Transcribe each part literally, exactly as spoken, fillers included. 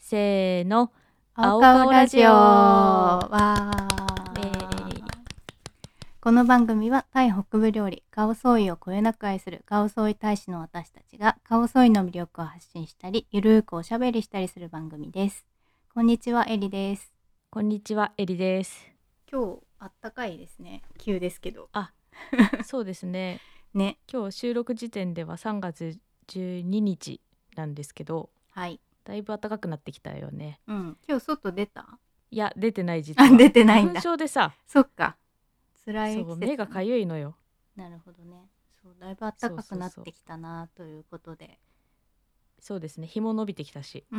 せーの、 青顔ラジオわイエーイ。 この番組はタイ北部料理カオソイをこよなく愛するカオソイ大使の私たちがカオソイの魅力を発信したりゆるーくおしゃべりしたりする番組です。こんにちは、エリです。 こんにちは、エリです。 今日あったかいですね。急ですけど。 あ、そうですね。 ね。 今日収録時点ではさんがつじゅうににちなんですけど、 はい。 だいぶ暖かくなってきたよね。 うん。今日外出た？ いや、出てない実は。 あ、出てないんだ。 花粉症でさ、 そっか。辛い季節、 そう目がかゆいのよ。 なるほどね。そう、だいぶ暖かくなってきたなということで。 そうですね。日も伸びてきたし。 うん。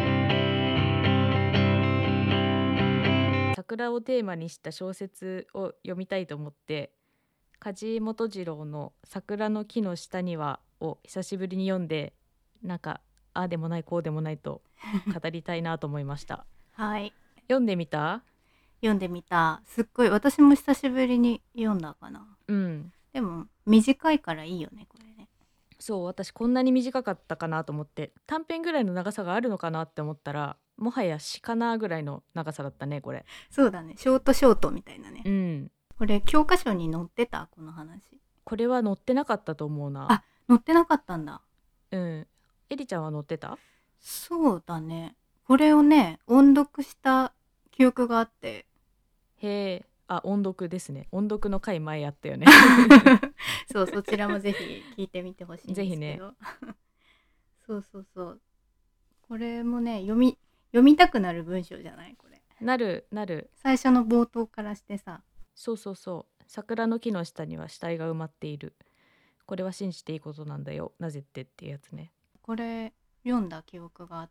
桜をテーマにした小説を読みたいと思って、梶本次郎の桜の木の下にはを久しぶりに読んで、なんかああでもないこうでもないと語りたいなと思いました。 はい。 読んでみた？ 読んでみた。すっごい私も久しぶりに読んだかな。 うん。 でも短いからいいよね、これね。 そう、私こんなに短かったかなと思って、短編ぐらいの長さがあるのかなって思ったら、もはや詩かなぐらいの長さだったね、これ。 そうだね、ショートショートみたいなね。 うん。 これ教科書に載ってた？この話。 これは載ってなかったと思うな。 あ、載ってなかったんだ。 うん。エリちゃんは載ってた？ そうだね。これをね、音読した記憶があって。 へえ。あ、音読ですね。音読の回前やったよね。 そう、そちらもぜひ聞いてみてほしいんですけど。ぜひね。そうそうそう。これもね、読み読みたくなる文章じゃない？これ。 なるなる。 最初の冒頭からしてさ。 そうそうそう。桜の木の下には死体が埋まっている。これは信じていいことなんだよ。なぜってっていうやつね。 これ読んだ記憶があって。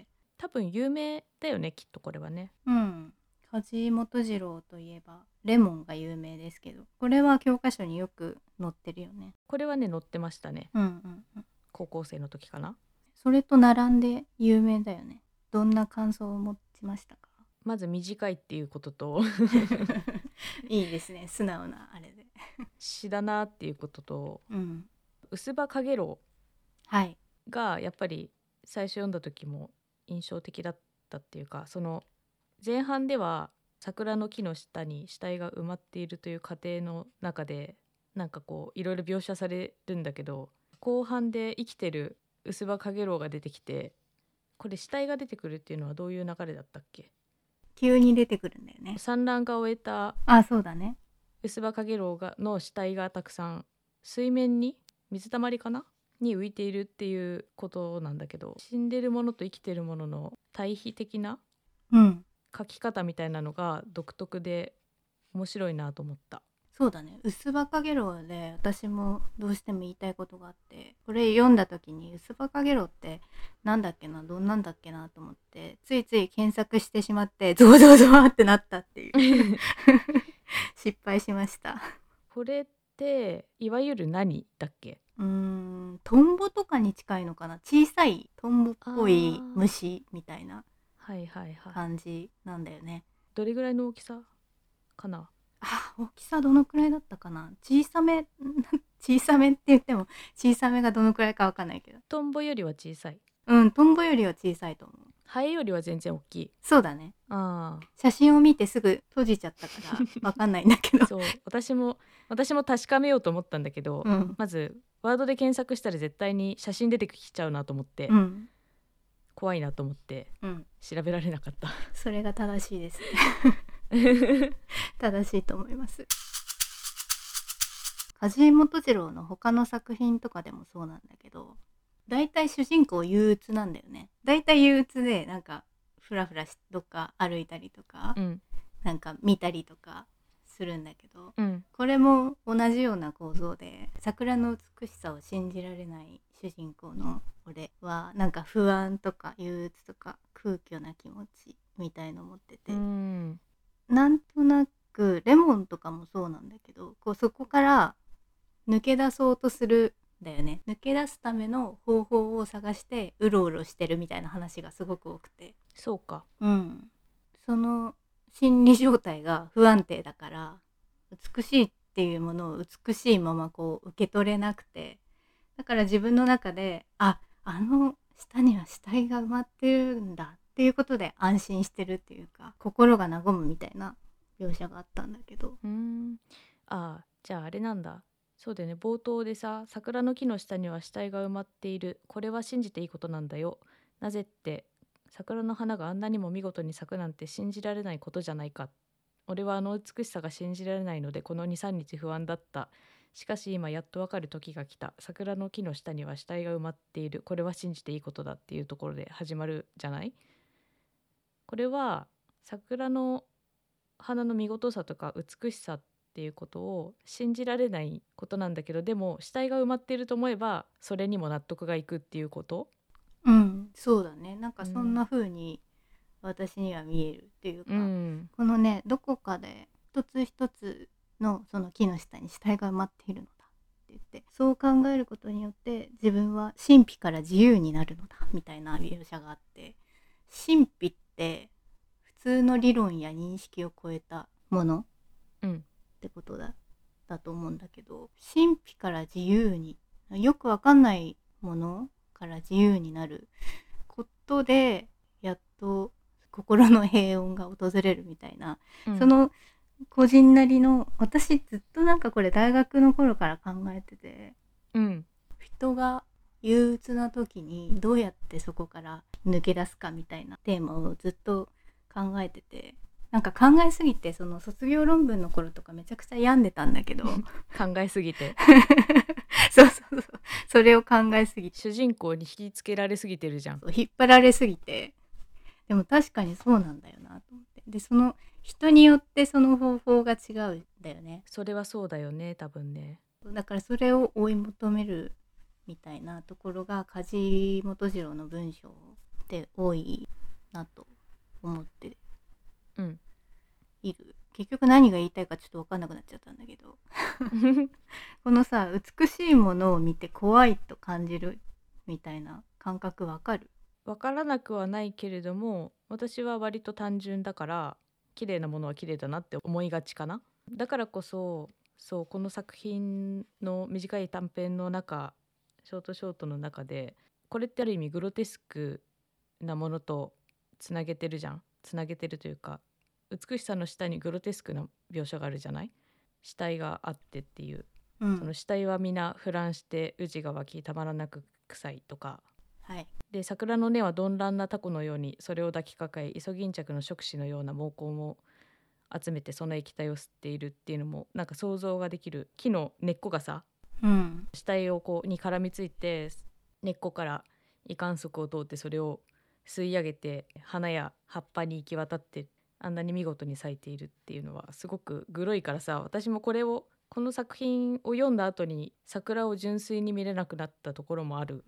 多分有名だよね、きっとこれはね。 うん。梶本次郎といえばレモンが有名ですけど、これは教科書によく載ってるよね。 これはね載ってましたね。 うんうんうん。 高校生の時かな。 それと並んで有名だよね。どんな感想を持ちましたか？ まず短いっていうことといいですね、素直なあれで詩だなっていうことと、 うん、 薄葉影楼はいがやっぱり最初読んだ時も印象的だったっていうか、その前半では桜の木の下に死体が埋まっているという過程の中でなんかこういろいろ描写されるんだけど、後半で生きてる薄葉影楼が出てきて、これ死体が出てくるっていうのはどういう流れだったっけ？ 急に出てくるんだよね。 産卵が終えたあ、そうだね。 薄葉影楼がの死体がたくさん水面に水たまりかなに浮いているっていうことなんだけど、死んでるものと生きてるものの対比的なうん書き方みたいなのが独特で面白いなと思った。 そうだね、薄葉かげろうで私もどうしても言いたいことがあって、これ読んだ時に薄葉かげろうってなんだっけな、どんなんだっけなと思ってついつい検索してしまってゾワゾワゾワってなったっていう失敗しました。 これっていわゆる何だっけ？ うーん、トンボとかに近いのかな、小さいトンボっぽい虫みたいな感じなんだよね、はいはいはい、 どれぐらいの大きさかな。 あ、大きさどのくらいだったかな。小さめ小さめって言っても小さめがどのくらいかわかんないけど、 トンボよりは小さい。 うん、トンボよりは小さいと思う。 ハエよりは全然大きい。 そうだね。 あ、 写真を見てすぐ閉じちゃったからわかんないんだけどそう、私も私も確かめようと思ったんだけど、うん、まずワードで検索したら絶対に写真出てきちゃうなと思って、うん、怖いなと思って、うん、調べられなかった。 それが正しいです正しいと思います。梶本次郎の他の作品とかでもそうなんだけど、だいたい主人公憂鬱なんだよね。だいたい憂鬱でなんかフラフラしどっか歩いたりとか、うん、なんか見たりとかするんだけど、うん、これも同じような構造で、桜の美しさを信じられない主人公の俺はなんか不安とか憂鬱とか空虚な気持ちみたいの持ってて、うん、なんとなくレモンとかもそうなんだけど、こうそこから抜け出そうとするだよね。抜け出すための方法を探してうろうろしてるみたいな話がすごく多くて、 そうか、 うん、その心理状態が不安定だから、美しいっていうものを美しいままこう受け取れなくて、だから自分の中でああの下には死体が埋まってるんだっていうことで安心してるっていうか、心が和むみたいな描写があったんだけど。 うーんああじゃああれなんだ。そうだよね、冒頭でさ、桜の木の下には死体が埋まっている、これは信じていいことなんだよ、なぜって桜の花があんなにも見事に咲くなんて信じられないことじゃないか、俺はあの美しさが信じられないのでこのに、さんにち不安だった、しかし今やっとわかる時が来た、桜の木の下には死体が埋まっている、これは信じていいことだっていうところで始まるじゃない。これは桜の花の見事さとか美しさっていうことを信じられないことなんだけど、でも死体が埋まっていると思えばそれにも納得がいくっていうこと。 うんそうだね、なんかそんうんな風に私には見えるっていうか、 うん、 このねどこかで一つ一つのその木の下に死体が埋まっているのだって言って、そう考えることによって自分は神秘から自由になるのだみたいな描写があって、神秘って普通の理論や認識を超えたものうんってことだだと思うんだけど、神秘から自由に、よくわかんないものから自由になることでやっと心の平穏が訪れるみたいな、 うん、 その個人なりの、私ずっとなんかこれ大学の頃から考えてて、 うん、 人が憂鬱な時にどうやってそこから抜け出すかみたいなテーマをずっと考えてて、なんか考えすぎてその卒業論文の頃とかめちゃくちゃ病んでたんだけど考えすぎてそうそうそう、それを考えすぎて主人公に引きつけられすぎてるじゃん。 引っ張られすぎて、でも確かにそうなんだよなと思って、でその人によってその方法が違うんだよね。 それはそうだよね多分ね。 だからそれを追い求めるみたいなところが梶本次郎の文章って多いなと思ってうんいる。結局何が言いたいかちょっと分かんなくなっちゃったんだけどこのさ、美しいものを見て怖いと感じるみたいな感覚わかる？ わからなくはないけれども、私は割と単純だから綺麗なものは綺麗だなって思いがちかな。だからこそ、そうこの作品の短い短編の中、ショートショートの中でこれってある意味グロテスクなものとつなげてるじゃん。つなげてるというか、美しさの下にグロテスクな描写があるじゃない。死体があってっていう、 うん、 その死体は皆腐乱して宇治が湧きたまらなく臭いとか、 はい、 で桜の根は鈍乱なタコのようにそれを抱きかかえ、イソギンチャクの触手のような毛根を集めてその液体を吸っているっていうのもなんか想像ができる。木の根っこがさ、 うん、 死体をこうに絡みついて根っこから胃管束を通ってそれを吸い上げて花や葉っぱに行き渡ってあんなに見事に咲いているっていうのはすごくグロいからさ、私もこれをこの作品を読んだ後に桜を純粋に見れなくなったところもある。 うん、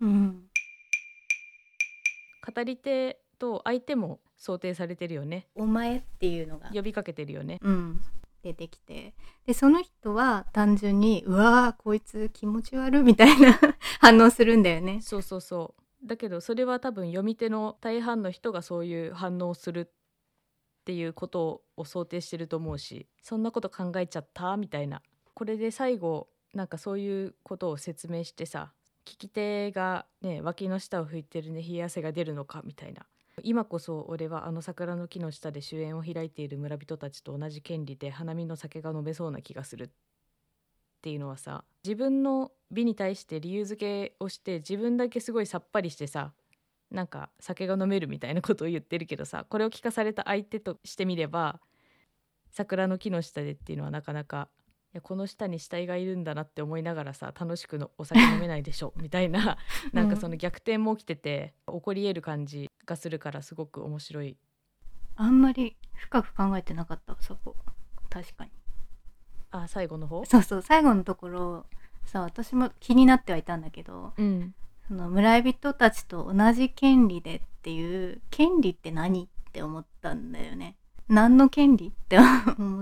語り手と相手も想定されてるよね。 お前っていうのが呼びかけてるよね。 うん、出てきて、でその人は単純にうわーこいつ気持ち悪いみたいな反応するんだよね。 そうそうそう。だけどそれは多分読み手の大半の人がそういう反応をするっていうことを想定してると思うし、そんなこと考えちゃったみたいな。これで最後なんかそういうことを説明してさ、聞き手がね脇の下を拭いてるね冷や汗が出るのかみたいな。今こそ俺はあの桜の木の下で酒宴を開いている村人たちと同じ権利で花見の酒が飲めそうな気がするっていうのはさ、自分の美に対して理由付けをして自分だけすごいさっぱりしてさ、なんか酒が飲めるみたいなことを言ってるけどさ、これを聞かされた相手としてみれば桜の木の下でっていうのはなかなか、いやこの下に死体がいるんだなって思いながらさ楽しくのお酒飲めないでしょみたいななんかその逆転も起きてて起こり得る感じがするからすごく面白い。 あんまり深く考えてなかったそこ。確かに。 あ、最後の方。 そうそう、最後のところさ、私も気になってはいたんだけど、 うん、 その村人たちと同じ権利でっていう権利って何って思ったんだよね。何の権利って思って、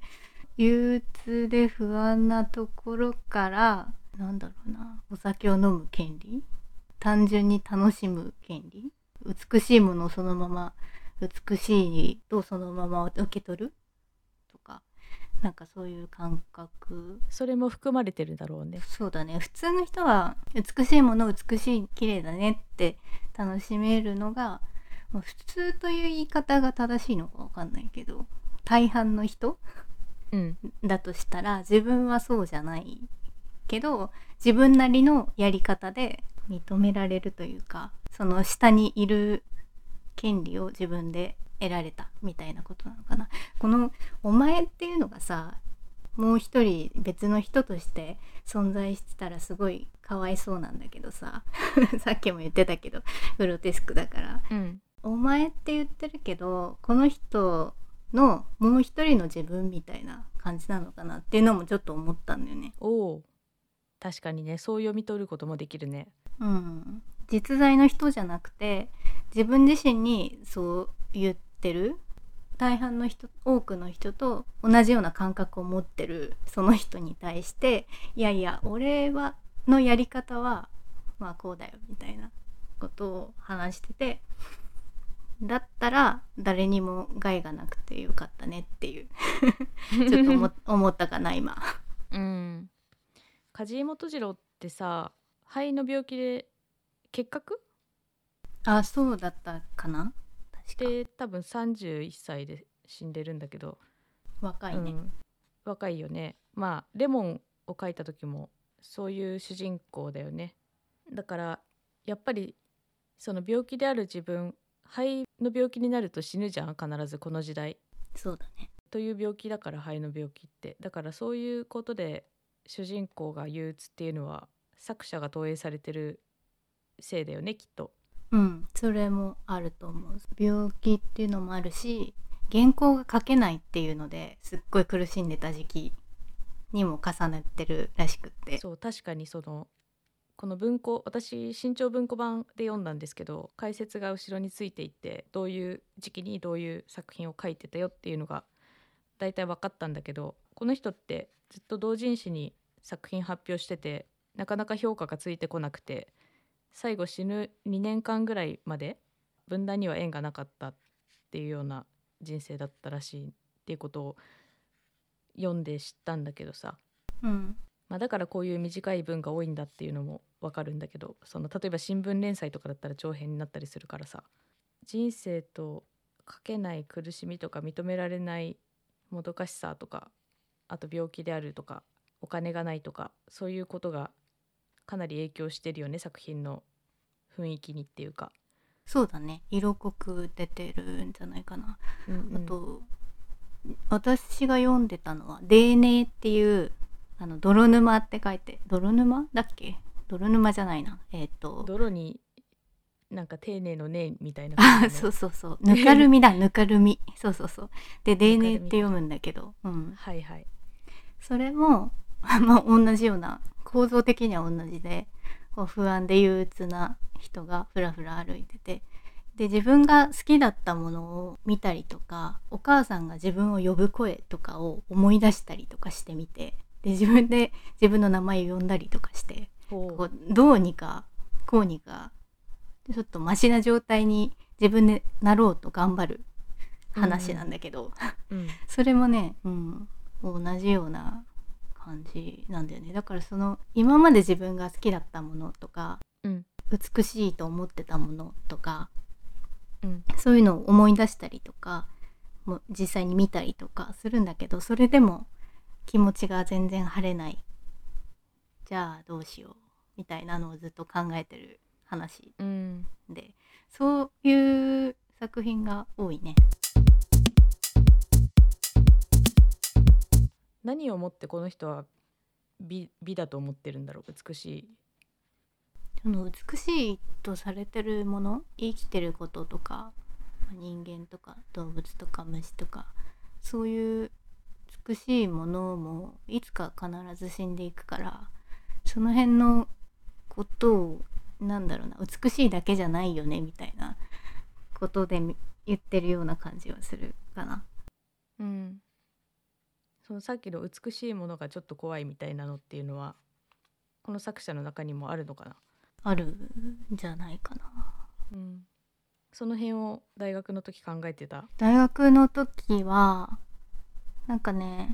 憂鬱で不安なところからなんだろうな、お酒を飲む権利、単純に楽しむ権利、美しいものをそのまま美しいとそのまま受け取るとか、 なんかそういう感覚、 それも含まれてるだろうね。 そうだね。普通の人は美しいもの美しい綺麗だねって楽しめるのが、まあ、普通という言い方が正しいのかわかんないけど、大半の人、 うん、 だとしたら自分はそうじゃないけど自分なりのやり方で認められるというか、その下にいる権利を自分で得られたみたいなことなのかな。このお前っていうのがさ、もう一人別の人として存在してたらすごいかわいそうなんだけどささっきも言ってたけどグロテスクだから、 うん、 お前って言ってるけどこの人のもう一人の自分みたいな感じなのかなっていうのもちょっと思ったんだよね。 おお、確かにね、そう読み取ることもできるね。 うん、実在の人じゃなくて自分自身にそう言ってる、大半の人、多くの人と同じような感覚を持ってるその人に対して、いやいや俺はのやり方はまあこうだよみたいなことを話してて、だったら誰にも害がなくてよかったねっていうちょっと思思ったかな今。 うん。梶井本次郎ってさ、肺の病気で結核あ、そうだったかな、確か。 で多分さんじゅういっさいで死んでるんだけど、 若いね。 うん、若いよね。まあレモンを書いた時もそういう主人公だよね。だからやっぱりその病気である自分、肺の病気になると死ぬじゃん、必ずこの時代。 そうだね。 という病気だから、肺の病気って。だからそういうことで主人公が憂鬱っていうのは作者が投影されてるせいだよね、きっと。 うん、それもあると思う。病気っていうのもあるし、原稿が書けないっていうのですっごい苦しんでた時期にも重なってるらしくって。 そう、確かにそのこの文庫、私新潮文庫版で読んだんですけど、解説が後ろについていて、どういう時期にどういう作品を書いてたよっていうのが大体分かったんだけど、この人ってずっと同人誌に作品発表してて、なかなか評価がついてこなくて、最後死ぬにねんかんぐらいまで文壇には縁がなかったっていうような人生だったらしいっていうことを読んで知ったんだけどさ、 うん、 まあ、だからこういう短い文が多いんだっていうのもわかるんだけど、その例えば新聞連載とかだったら長編になったりするからさ、人生と書けない苦しみとか認められないもどかしさとか、あと病気であるとかお金がないとか、そういうことがかなり影響してるよね、作品の雰囲気にっていうか。 そうだね。色濃く出てるんじゃないかな。 うんうん、 あと私が読んでたのは泥沼っていう、あの泥沼って書いて、泥沼だっけ、泥沼じゃないな、えっ、ー、と泥になんか丁寧のねみたいな感あ、 じのそうそうそう、ぬかるみだ、ぬかるみ、そうそうそう。で泥ぬかるみか。 沼って読むんだけど、うん、 はいはい。 それもまあ同じような、構造的には同じで、こう不安で憂鬱な人がふらふら歩いてて、で自分が好きだったものを見たりとか、お母さんが自分を呼ぶ声とかを思い出したりとかしてみて、で自分で自分の名前を呼んだりとかして、こうどうにかこうにかちょっとマシな状態に自分でなろうと頑張る話なんだけど、 うんうん、 それもね、うん、同じような感じなんだよね。だからその今まで自分が好きだったものとか、 うん、 美しいと思ってたものとか、 うん、 そういうのを思い出したりとか、もう実際に見たりとかするんだけど、それでも気持ちが全然晴れない。じゃあどうしようみたいなのをずっと考えてる話で、うん、そういう作品が多いね。 何をもってこの人は 美, 美だと思ってるんだろう、美しい。 その美しいとされてるもの、生きてることとか人間とか動物とか虫とか、そういう美しいものもいつか必ず死んでいくから、その辺のことをなんだろうな、美しいだけじゃないよねみたいなことで言ってるような感じはするかな。 うん。そのさっきの美しいものがちょっと怖いみたいなのっていうのはこの作者の中にもあるのかな。 あるんじゃないかな。 うん。その辺を大学の時考えてた。 大学の時はなんかね、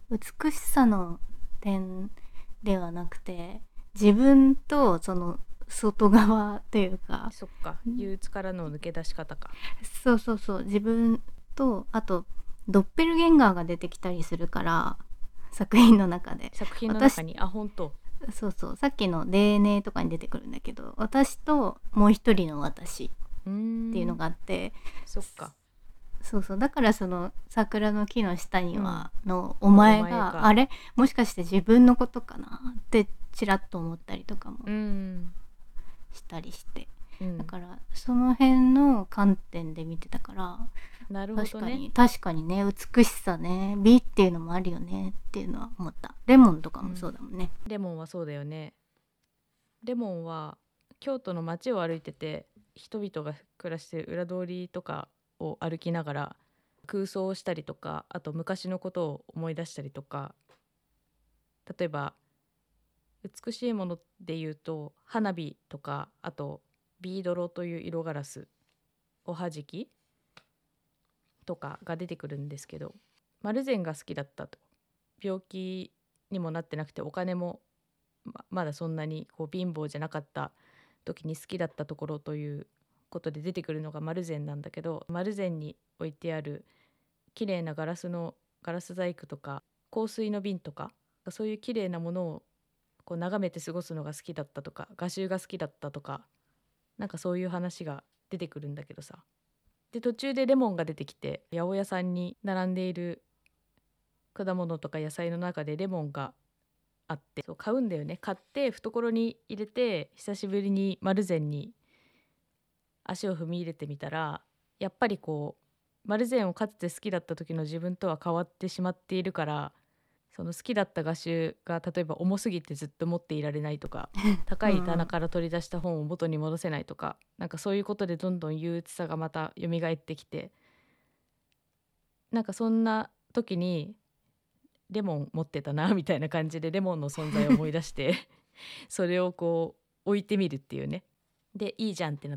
美しさの点ではなくて、自分とその外側というか、 そっか、憂鬱からの抜け出し方か。 そうそうそう、自分と、あとドッペルゲンガーが出てきたりするから、作品の中で作品の中に、あ、本当。 そうそう、さっきの デーエヌエー とかに出てくるんだけど、私ともう一人の私っていうのがあって、 そっか、 そうそう、だからその桜の木の下にはのお前が、うん、があれもしかして自分のことかなってちらっと思ったりとかもしたりして、うん、だからその辺の観点で見てたから、 なるほどね、 確かに確かにね、美しさね、美っていうのもあるよねっていうのは思った。レモンとかもそうだもんね、 うん、レモンはそうだよね。レモンは京都の街を歩いてて、人々が暮らしてる裏通りとかを歩きながら空想をしたりとか、あと昔のことを思い出したりとか、例えば美しいもので言うと花火とか、あとビードロという色ガラス、おはじきとかが出てくるんですけど、マルゼンが好きだったと。病気にもなってなくて、お金も ま, まだそんなにこう貧乏じゃなかった時に好きだったところということで出てくるのがマルゼンなんだけど、マルゼンに置いてある綺麗なガラスのガラス細工とか香水の瓶とか、そういう綺麗なものをこう眺めて過ごすのが好きだったとか、画集が好きだったとか、なんかそういう話が出てくるんだけどさ。で途中でレモンが出てきて、八百屋さんに並んでいる果物とか野菜の中でレモンがあって、そう買うんだよね。買って懐に入れて、久しぶりにマルゼンに足を踏み入れてみたら、やっぱりこうマルゼンをかつて好きだった時の自分とは変わってしまっているから、その好きだった画集が例えば重すぎてずっと持っていられないとか、高い棚から取り出した本を元に戻せないとか、なんかそういうことでどんどん憂鬱さがまた蘇ってきて、なんかそんな時にレモン持ってたなみたいな感じでレモンの存在を思い出してそれをこう置いてみるっていうね。でいいじゃんってなって、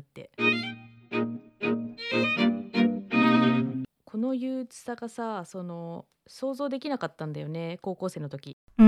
この憂鬱さがさ、その想像できなかったんだよね、高校生の時。 うん、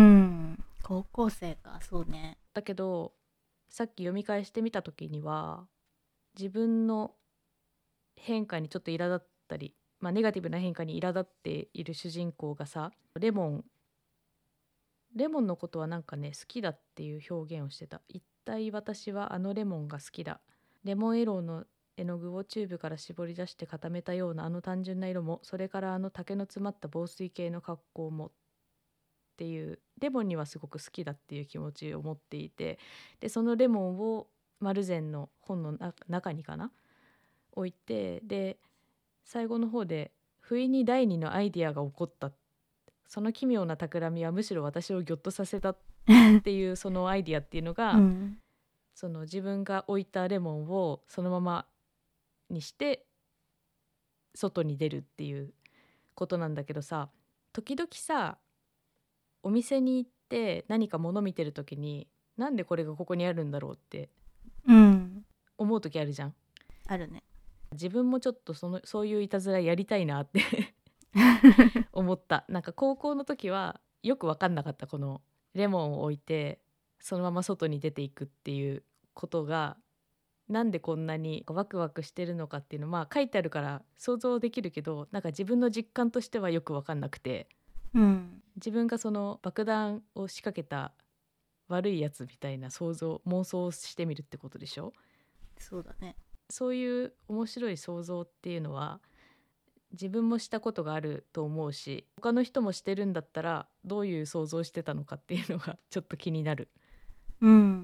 高校生か、そうね。 だけどさっき読み返してみた時には、自分の変化にちょっと苛立ったり、まあ、ネガティブな変化に苛立っている主人公がさ、レモンレモンのことはなんかね、好きだっていう表現をしてた。一体私はあのレモンが好きだ。レモンエローの絵の具をチューブから絞り出して固めたようなあの単純な色も、それからあの竹の詰まった防水系の格好もっていう、レモンにはすごく好きだっていう気持ちを持っていて、でそのレモンをマルゼンの本の中にかな置いて、で最後の方で不意に第二のアイディアが起こった、その奇妙な企みはむしろ私をギョッとさせたっていうそのアイディアっていうのが、うん、その自分が置いたレモンをそのままにして外に出るっていうことなんだけどさ、時々さお店に行って何か物見てる時に、なんでこれがここにあるんだろうって思う時あるじゃん、うん、 あるね。 自分もちょっとそのそういういたずらやりたいなって思った。なんか高校の時はよく分かんなかった、このレモンを置いてそのまま外に出ていくっていうことがなんでこんなにワクワクしてるのかっていうのは、まあ書いてあるから想像できるけど、なんか自分の実感としてはよく分かんなくて、うん、自分がその爆弾を仕掛けた悪いやつみたいな想像妄想をしてみるってことでしょ。 そうだね。 そういう面白い想像っていうのは自分もしたことがあると思うし、他の人もしてるんだったらどういう想像してたのかっていうのがちょっと気になる。 うん、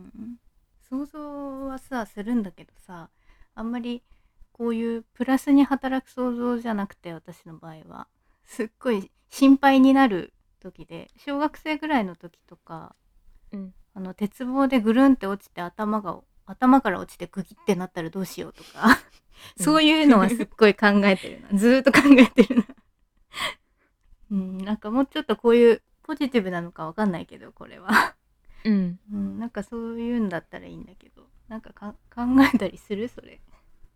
想像はさするんだけどさ、あんまりこういうプラスに働く想像じゃなくて、私の場合はすっごい心配になる時で、小学生ぐらいの時とか、うん、あの鉄棒でぐるんって落ちて頭が頭から落ちてグギってなったらどうしようとかそういうのはすっごい考えてるなずーっと考えてるなうん、なんかもうちょっとこういうポジティブなのかわかんないけど、これはうん、うん、なんかそういうんだったらいいんだけど、なんかか考えたりするそれ。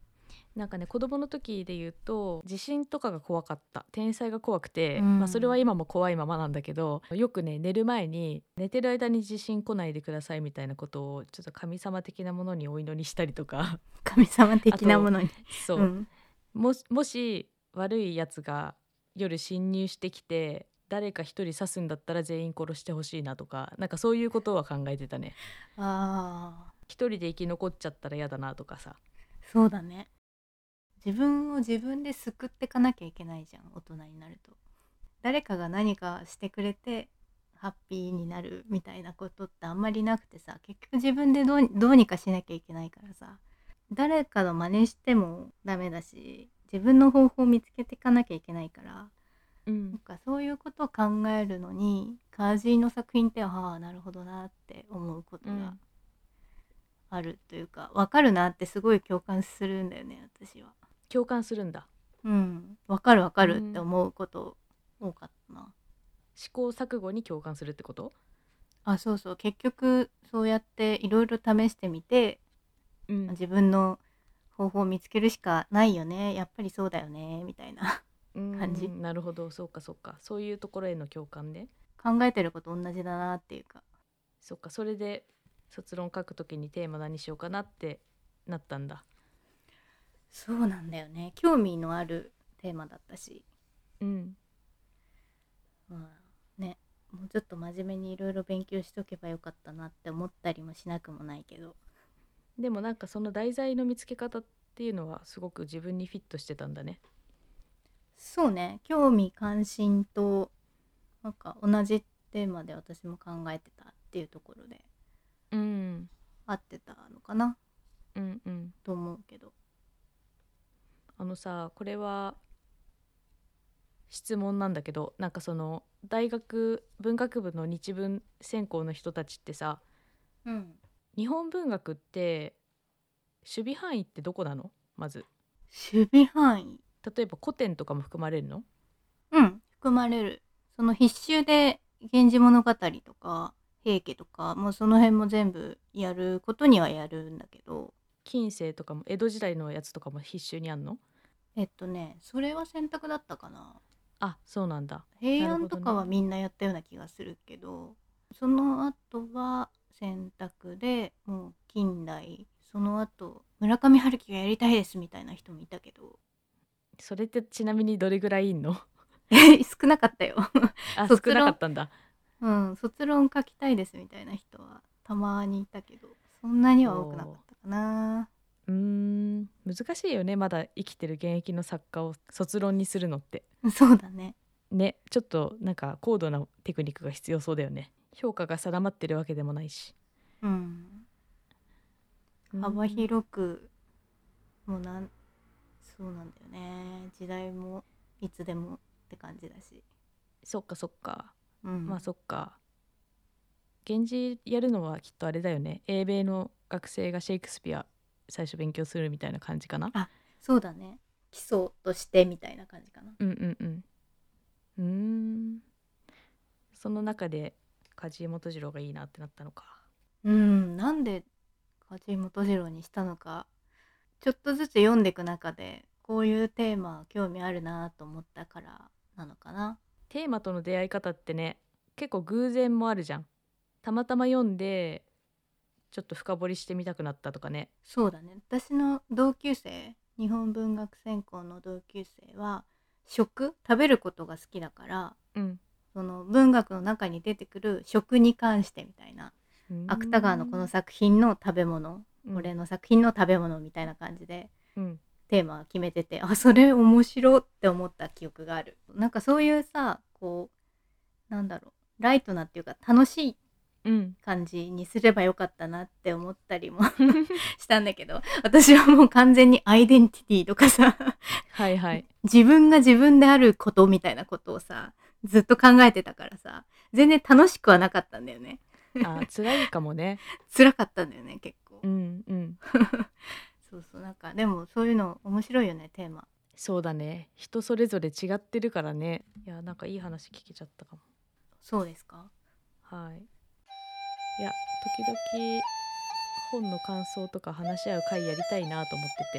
なんかね子供の時で言うと地震とかが怖かった、天災が怖くて、 うんまあ、それは今も怖いままなんだけど、よくね寝る前に寝てる間に地震来ないでくださいみたいなことをちょっと神様的なものにお祈りしたりとか神様あと的なものにそう、 うん、 もしもし悪いやつが夜侵入してきて誰か一人刺すんだったら全員殺してほしいなとか、なんかそういうことは考えてたね。 あー一人で生き残っちゃったら嫌だなとかさ。 そうだね。自分を自分で救ってかなきゃいけないじゃん、大人になると。誰かが何かしてくれてハッピーになるみたいなことってあんまりなくてさ、結局自分でどうどうにかしなきゃいけないからさ、誰かの真似してもダメだし、自分の方法を見つけていかなきゃいけないから、 うんなんかそういうことを考えるのにカージーの作品ってはあなるほどなって思うことがうんあるというか、わかるなってすごい共感するんだよね、私は。 共感するんだ。 うん、わかるわかるってうん、 思うこと多かったな。 試行錯誤に共感するってこと？ あ、そうそう、結局そうやっていろいろ試してみて、 うん自分の方法を見つけるしかないよね、やっぱりそうだよねみたいなう感じ。 ん、なるほど、そうかそうか、そういうところへの共感ね。 考えてること同じだなっていうか。 そっか、それで卒論書くときにテーマ何しようかなってなったんだ。 そうなんだよね、興味のあるテーマだったし、 うんまあね、もうちょっと真面目にいろいろ勉強しとけばよかったなって思ったりもしなくもないけど。 でもなんかその題材の見つけ方っていうのはすごく自分にフィットしてたんだね。 そうね、興味関心となんか同じテーマで私も考えてたっていうところでうん合ってたのかなうんうん。 と思うけど。 あのさ、これは質問なんだけど、なんかその大学文学部の日文専攻の人たちってさ、 うん。 日本文学って守備範囲ってどこなの？まず守備範囲。 例えば古典とかも含まれるの？ うん、含まれる。その必修で源氏物語とか平家とかもうその辺も全部やることにはやるんだけど、 近世とかも江戸時代のやつとかも必修にあんの？ えっとねそれは選択だったかな。 あ、そうなんだ。な平るほどね。 安とかはみんなやったような気がするけど、その後は選択でもう近代、その後村上春樹がやりたいですみたいな人もいたけど、 それってちなみにどれぐらいいんの？ 少なかったよあ、少卒論、 なかったんだ。 うん卒論書きたいですみたいな人はたまにいたけど、そんなには多くなかおったかな。 ーうーん難しいよね、まだ生きてる現役の作家を卒論にするのって。 そうだね。 ね、ちょっとなんか高度なテクニックが必要そうだよね。評価が定まってるわけでもないし。 うんうーん幅広く、もうなんそうなんだよね、時代もいつでもって感じだし。 そっかそっか。 うんまあそっか。源氏やるのはきっとあれだよね、英米の学生がシェイクスピア最初勉強するみたいな感じかな。 あ、そうだね、基礎としてみたいな感じかな。 うんうんうんうーんその中で梶井元次郎がいいなってなったのか。 うん、なんで梶井元次郎にしたのか、ちょっとずつ読んでいく中でこういうテーマ興味あるなと思ったからなのかな。 テーマとの出会い方ってね、結構偶然もあるじゃん。たまたま読んでちょっと深掘りしてみたくなったとかね。 そうだね、私の同級生、日本文学専攻の同級生は食食べることが好きだから、 うんその文学の中に出てくる食に関してみたいな、 うーん芥川のこの作品の食べ物、 うんこれの作品の食べ物みたいな感じでうんテーマを決めてて、あ、それ面白って思った記憶がある。なんかそういうさ、こうなんだろう、ライトなっていうか楽しいうん感じにすればよかったなって思ったりもしたんだけど、私はもう完全にアイデンティティとかさはいはい自分が自分であることみたいなことをさずっと考えてたからさ、全然楽しくはなかったんだよね。 あ、辛いかもね。 辛かったんだよね結構。 うんうんそうそう、なんかでもそういうの面白いよねテーマ。 そうだね、人それぞれ違ってるからね。いやなんかいい話聞けちゃったかも。 そうですか。 はい。いや時々本の感想とか話し合う会やりたいなと思ってて。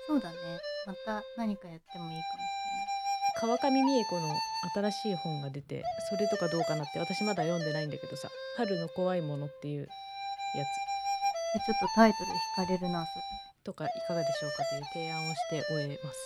そうだね、また何かやってもいいかもしれない。 川上美恵子の新しい本が出て、それとかどうかなって。私まだ読んでないんだけどさ、春の怖いものっていうやつ。 えちょっとタイトル惹かれるなそれ。 とかいかがでしょうかという提案をして終えます。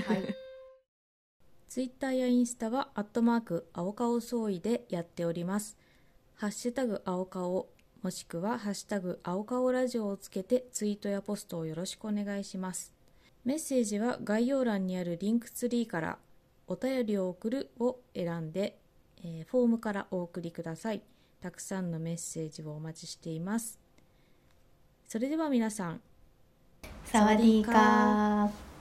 はい。 ツイッターやインスタはアットマーク青顔総意でやっております。ハッシュタグ青顔もしくはハッシュタグ青顔ラジオをつけてツイートやポストをよろしくお願いします。メッセージは概要欄にあるリンクツリーからお便りを送るを選んで、えー、フォームからお送りください。たくさんのメッセージをお待ちしています。それでは皆さん、 サワディーカー。